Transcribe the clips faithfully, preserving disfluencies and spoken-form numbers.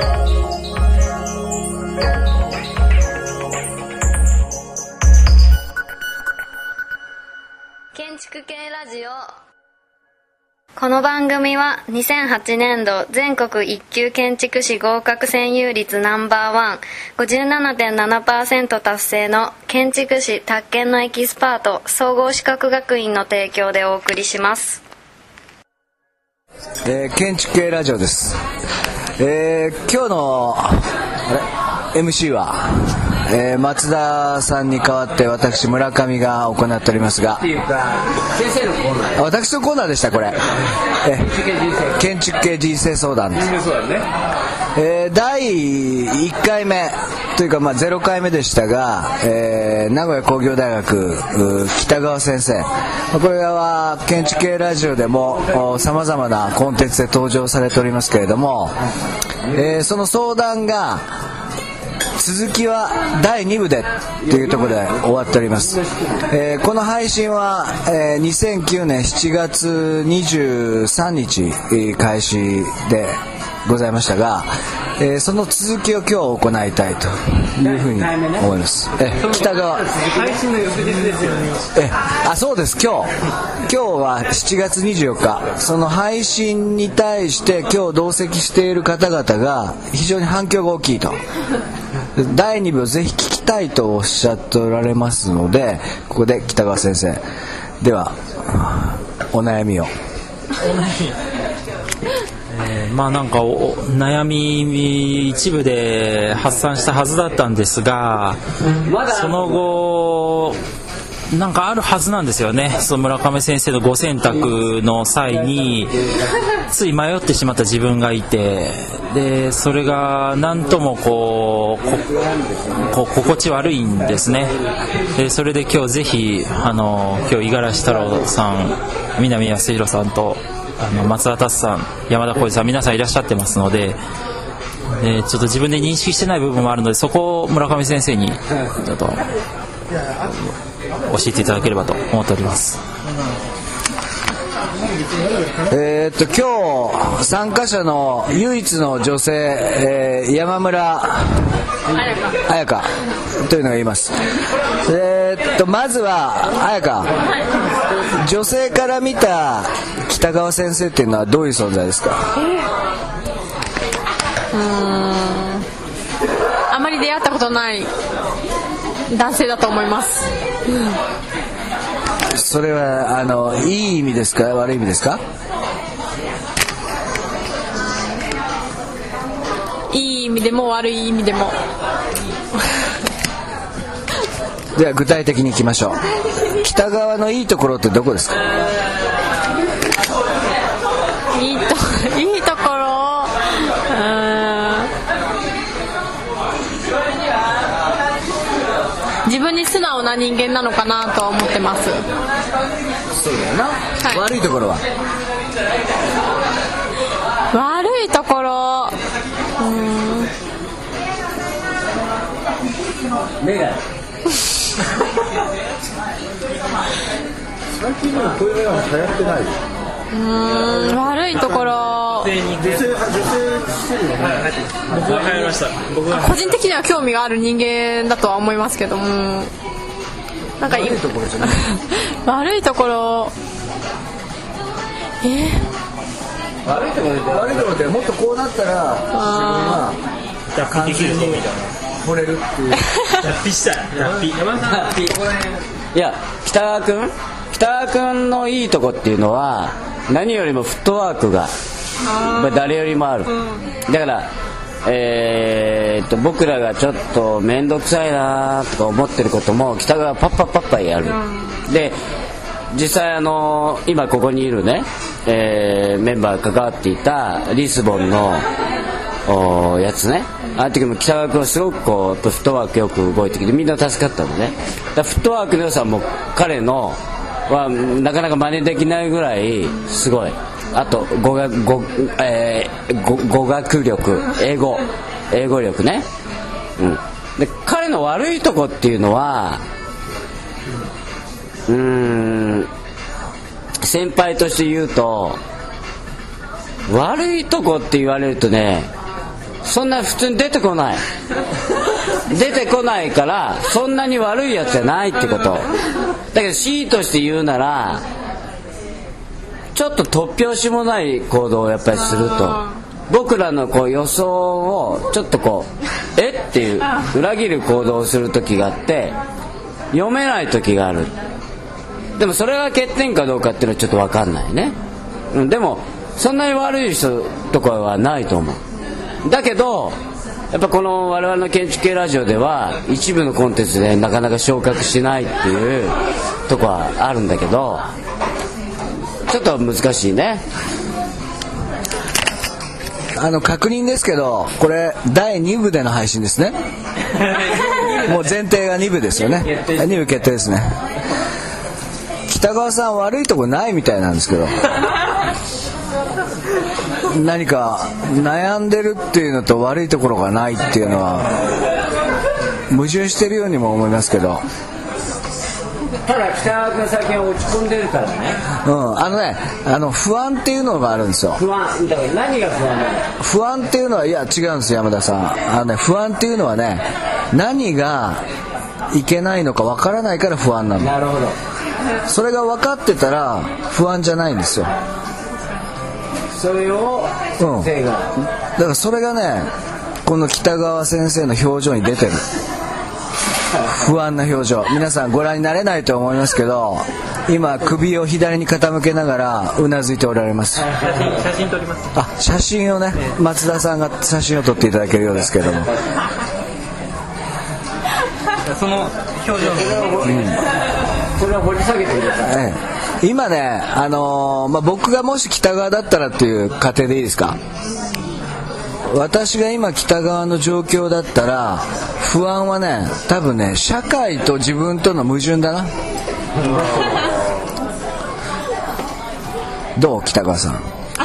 建築系ラジオ。この番組はにせんはちねんど全国一級建築士合格占有率ナンバーワン ごじゅうななてんななパーセント 達成の建築士宅建のエキスパート総合資格学院の提供でお送りします。 えー、建築系ラジオです。えー、今日のあれ エムシー は、えー、松田さんに代わって私村上が行っておりますが、っていうか先生のコーナー、私のコーナーでしたこれ。えー、建築系人生相談です。えー、だいいっかいめというか、まあ、ゼロかいめでしたが、えー、名古屋工業大学北川先生、これは建築系ラジオでもさまざまなコンテンツで登場されておりますけれども、えー、その相談が続きはだいにぶでというところで終わっております。えー、この配信は、えー、にせんきゅうねんしちがつにじゅうさんにち開始でございましたが、えー、その続きを今日行いたいというふうに思います。え北川配信の翌日ですよね。えあそうです。今日今日はしちがつにじゅうよっか、その配信に対して今日同席している方々が非常に反響が大きいと、だいにぶをぜひ聞きたいとおっしゃっておられますので、ここで北川先生ではお悩みを。お悩みえー、まあなんかお悩み一部で発散したはずだったんですが、その後なんかあるはずなんですよね。その村上先生のご選択の際につい迷ってしまった自分がいて、でそれが何ともこうここ心地悪いんですね。でそれで今日ぜひあの今日五十嵐太郎さん、南康弘さんとあの松田達さん、山田浩二さん、皆さんいらっしゃってますので、でちょっと自分で認識してない部分もあるので、そこを村上先生にちょっと教えていただければと思っております。 えー、っと今日参加者の唯一の女性、えー、山村彩香というのがいます。えー、っとまずは彩香、女性から見た北川先生っていうのはどういう存在ですか？ うーん、あまり出会ったことない男性だと思います。 それはあのいい意味ですか悪い意味ですか？ いい意味でも悪い意味でも。 では具体的にいきましょう。北川のいいところってどこですか？ いいといいところ、うーん、自分に素直な人間なのかなとは思ってます。 そうだよな、はい、悪いところは悪いところ、うーん、 目が最近のこういう映画も流行ってない。 うーん、悪いところ、 女性女性僕は流行りました。僕は個人的には興味がある人間だとは思いますけども、なんか悪いところじゃない悪いところ、えー、 悪いところって悪いところってもっとこうなったら自分は完全に惚れるっていう。 脱皮したい。脱皮。山田さん。 いや、北川君北川君のいいとこっていうのは何よりもフットワークが誰よりもある。だから、えー、っと僕らがちょっと面倒くさいなとか思ってることも北川パッパッパッパやる。で実際あの今ここにいるね、えー、メンバーが関わっていたリスボンのやつね、あの時も北川君はすごくこうフットワークよく動いてきてみんな助かったのね。だフットワークの良さも彼のはなかなか真似できないぐらいすごい。あと語学、語、えー、語、語学力、英語英語力ね、うん、で彼の悪いとこっていうのはうーん先輩として言うと悪いとこって言われるとねそんな普通に出てこない出てこないからそんなに悪いやつじゃないってことだけど C として言うならちょっと突拍子もない行動をやっぱりすると僕らのこう予想をちょっとこうえっていう裏切る行動をする時があって読めない時がある。でもそれが欠点かどうかっていうのはちょっと分かんないね。でもそんなに悪い人とかはないと思う。だけどやっぱこの我々の建築系ラジオでは一部のコンテンツでなかなか昇格しないっていうとこはあるんだけどちょっと難しいね。 あの確認ですけどこれだいに部での配信ですねもう前提がに部ですよね。に部決定ですね。北川さん悪いとこないみたいなんですけど何か悩んでるっていうのと悪いところがないっていうのは矛盾してるようにも思いますけど、 ただ北川君最近落ち込んでるからね。 うんあのねあの不安っていうのがあるんですよ。 不安だから何が不安なの？ 不安っていうのはいや違うんです山田さん。あのね不安っていうのはね何がいけないのかわからないから不安なの。 なるほど。 それが分かってたら不安じゃないんですよ。 それを先生が、 うん、だからそれがねこの北川先生の表情に出てる不安な表情。皆さんご覧になれないと思いますけど今首を左に傾けながらうなずいておられます。 写真、写真撮ります。 あ写真をね松田さんが写真を撮っていただけるようですけれどもその表情の、 うんこれは掘り下げてください。 ええ、今ね、あのーまあ、僕がもし北側だったらっていう仮定でいいですか。私が今北側の状況だったら不安はね多分ね社会と自分との矛盾だなどう北川さん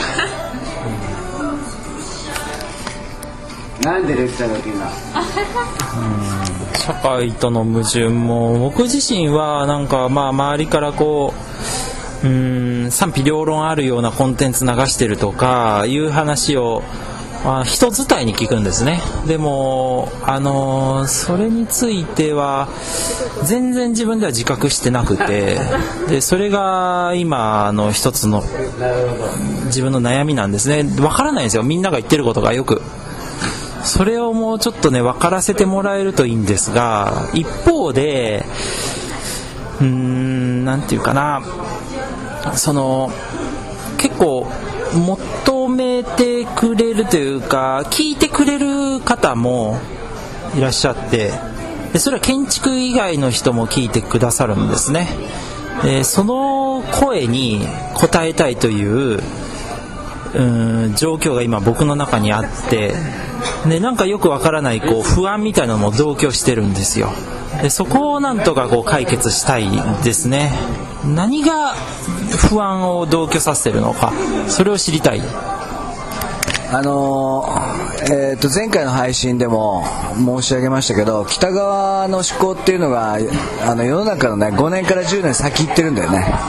なんでできたの君は社会との矛盾も僕自身はなんかまあ周りからこう、うーん賛否両論あるようなコンテンツ流してるとかいう話をまあ人伝いに聞くんですね。でもあのー、それについては全然自分では自覚してなくてでそれが今の一つの自分の悩みなんですね。わからないんですよみんなが言ってることがよく。それをもうちょっとね分からせてもらえるといいんですが一方でうーんなんていうかなその結構求めてくれるというか聞いてくれる方もいらっしゃってでそれは建築以外の人も聞いてくださるんですね。でその声に応えたいといううーん状況が今僕の中にあってでなんかよくわからないこう不安みたいなのも同居してるんですよ。でそこをなんとかこう解決したいですね。何が不安を同居させてるのかそれを知りたい。 あのーえー、と前回の配信でも申し上げましたけど北側の思考っていうのがあの世の中のねごねんからじゅうねん先行ってるんだよね。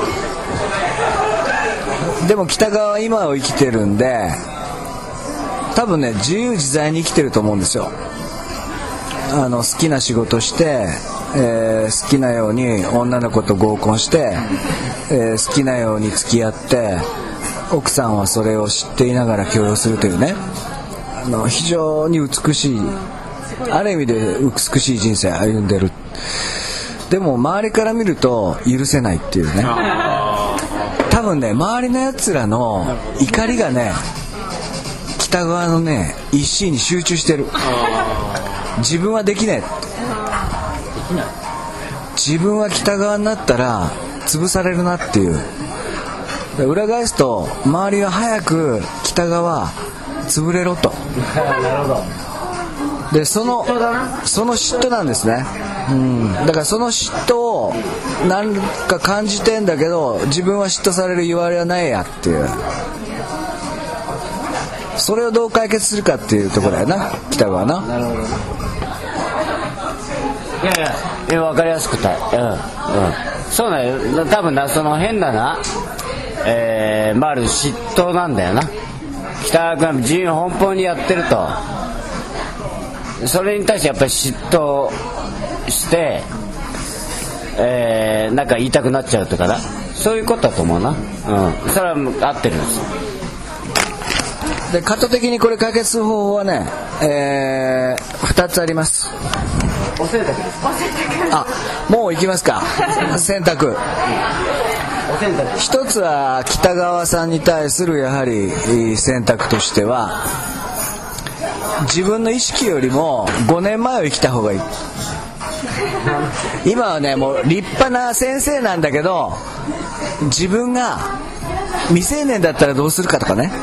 でも北側は今を生きてるんで多分ね自由自在に生きてると思うんですよ。あの好きな仕事して、えー、好きなように女の子と合コンして、えー、好きなように付き合って奥さんはそれを知っていながら許容するというねあの非常に美しいある意味で美しい人生歩んでる。でも周りから見ると許せないっていうね多分ね周りのやつらの怒りがね北側のね一心に集中してる。自分はできない自分は北側になったら潰されるなっていう裏返すと周りは早く北側潰れろとなるほど。 でそのその嫉妬なんですね、うん、だからその嫉妬を何か感じてんだけど自分は嫉妬される言われはないやっていうそれをどう解決するかっていうところだよな北側な。 なるほど。いやいや、いや分かりやすくて、うんうん、そうだよ。多分なその変なな、えー、まあ、ある嫉妬なんだよな。 北川君は自由奔放にやってると、それに対してやっぱり嫉妬して、えー、なんか言いたくなっちゃうとかな、そういうことだと思うな、うん、それは合ってるんですよ。 でカット的にこれ解決する方法はね、えー、ふたつあります。 お洗濯です。 あ、もう行きますか。洗濯。 お洗濯。 一つは北川さんに対するやはり選択としては、自分の意識よりもごねんまえを生きた方がいい。今はねもう立派な先生なんだけど、自分が未成年だったらどうするかとかね、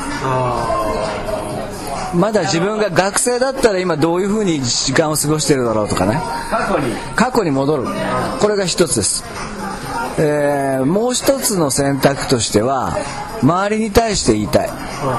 まだ自分が学生だったら今どういう風に時間を過ごしてるだろうとかね、 過去に過去に戻る。これが一つです。えー、もう一つの選択としては、周りに対して言いたい、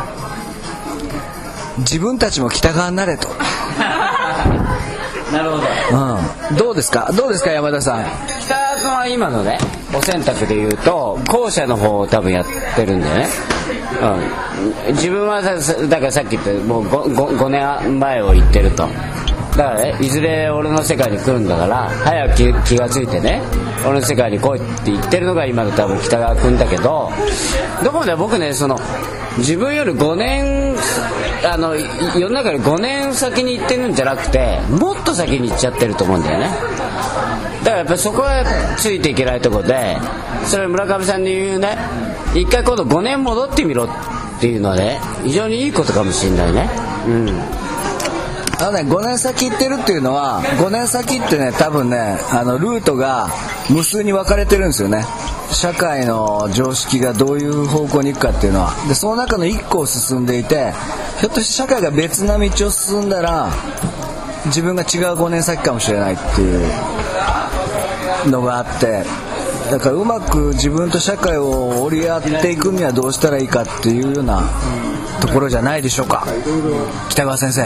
自分たちも北側になれと。 なるほど、 うん、どうですかどうですか山田さん。 北川君は今のねお洗濯でいうと後者の方を多分やってるんだよね、うん、自分はさだからさっき言ったもう 5, ごねんまえを言ってると。だからね、いずれ俺の世界に来るんだから早く 気, 気がついてね俺の世界に来いって言ってるのが今の多分北川君だけど、どこまで僕ねその自分よりごねんあの世の中よりごねん先に行ってるんじゃなくてもっと先に行っちゃってると思うんだよね。だからやっぱりそこはついていけないところで、それ村上さんに言うね、一回今度ごねん戻ってみろっていうのはね非常にいいことかもしれないね。うんあのね、ごねん先行ってるっていうのは、ごねん先ってね多分ねあのルートが無数に分かれてるんですよね。社会の常識がどういう方向に行くかっていうのは。でその中のいっこを進んでいて、ひょっとして社会が別な道を進んだら自分が違うごねん先かもしれないっていうのがあって、だからうまく自分と社会を折り合っていくにはどうしたらいいかっていうようなところじゃないでしょうか、北川先生。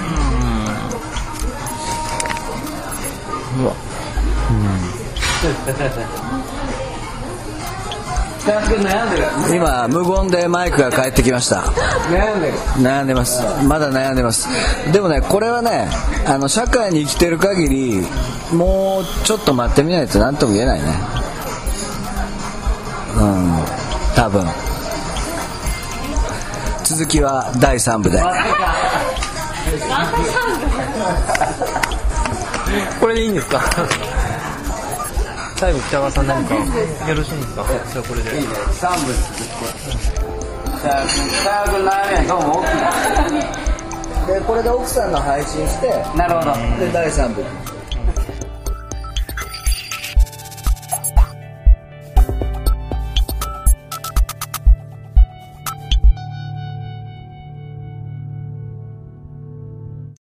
うわ、うん、今無言でマイクが返ってきました。 悩んでる悩んでます。まだ悩んでます。でもねこれはねあの社会に生きてる限りもうちょっと待ってみないと何とも言えないね。うん多分続きはだいさん部で。 これでいいんですか。最後北川さん何かよろしいんですか。じゃあこれでいいね。 さん部続き北川君の悩みはどうも大きいでこれで奥さんの配信して、 なるほどでだいさん部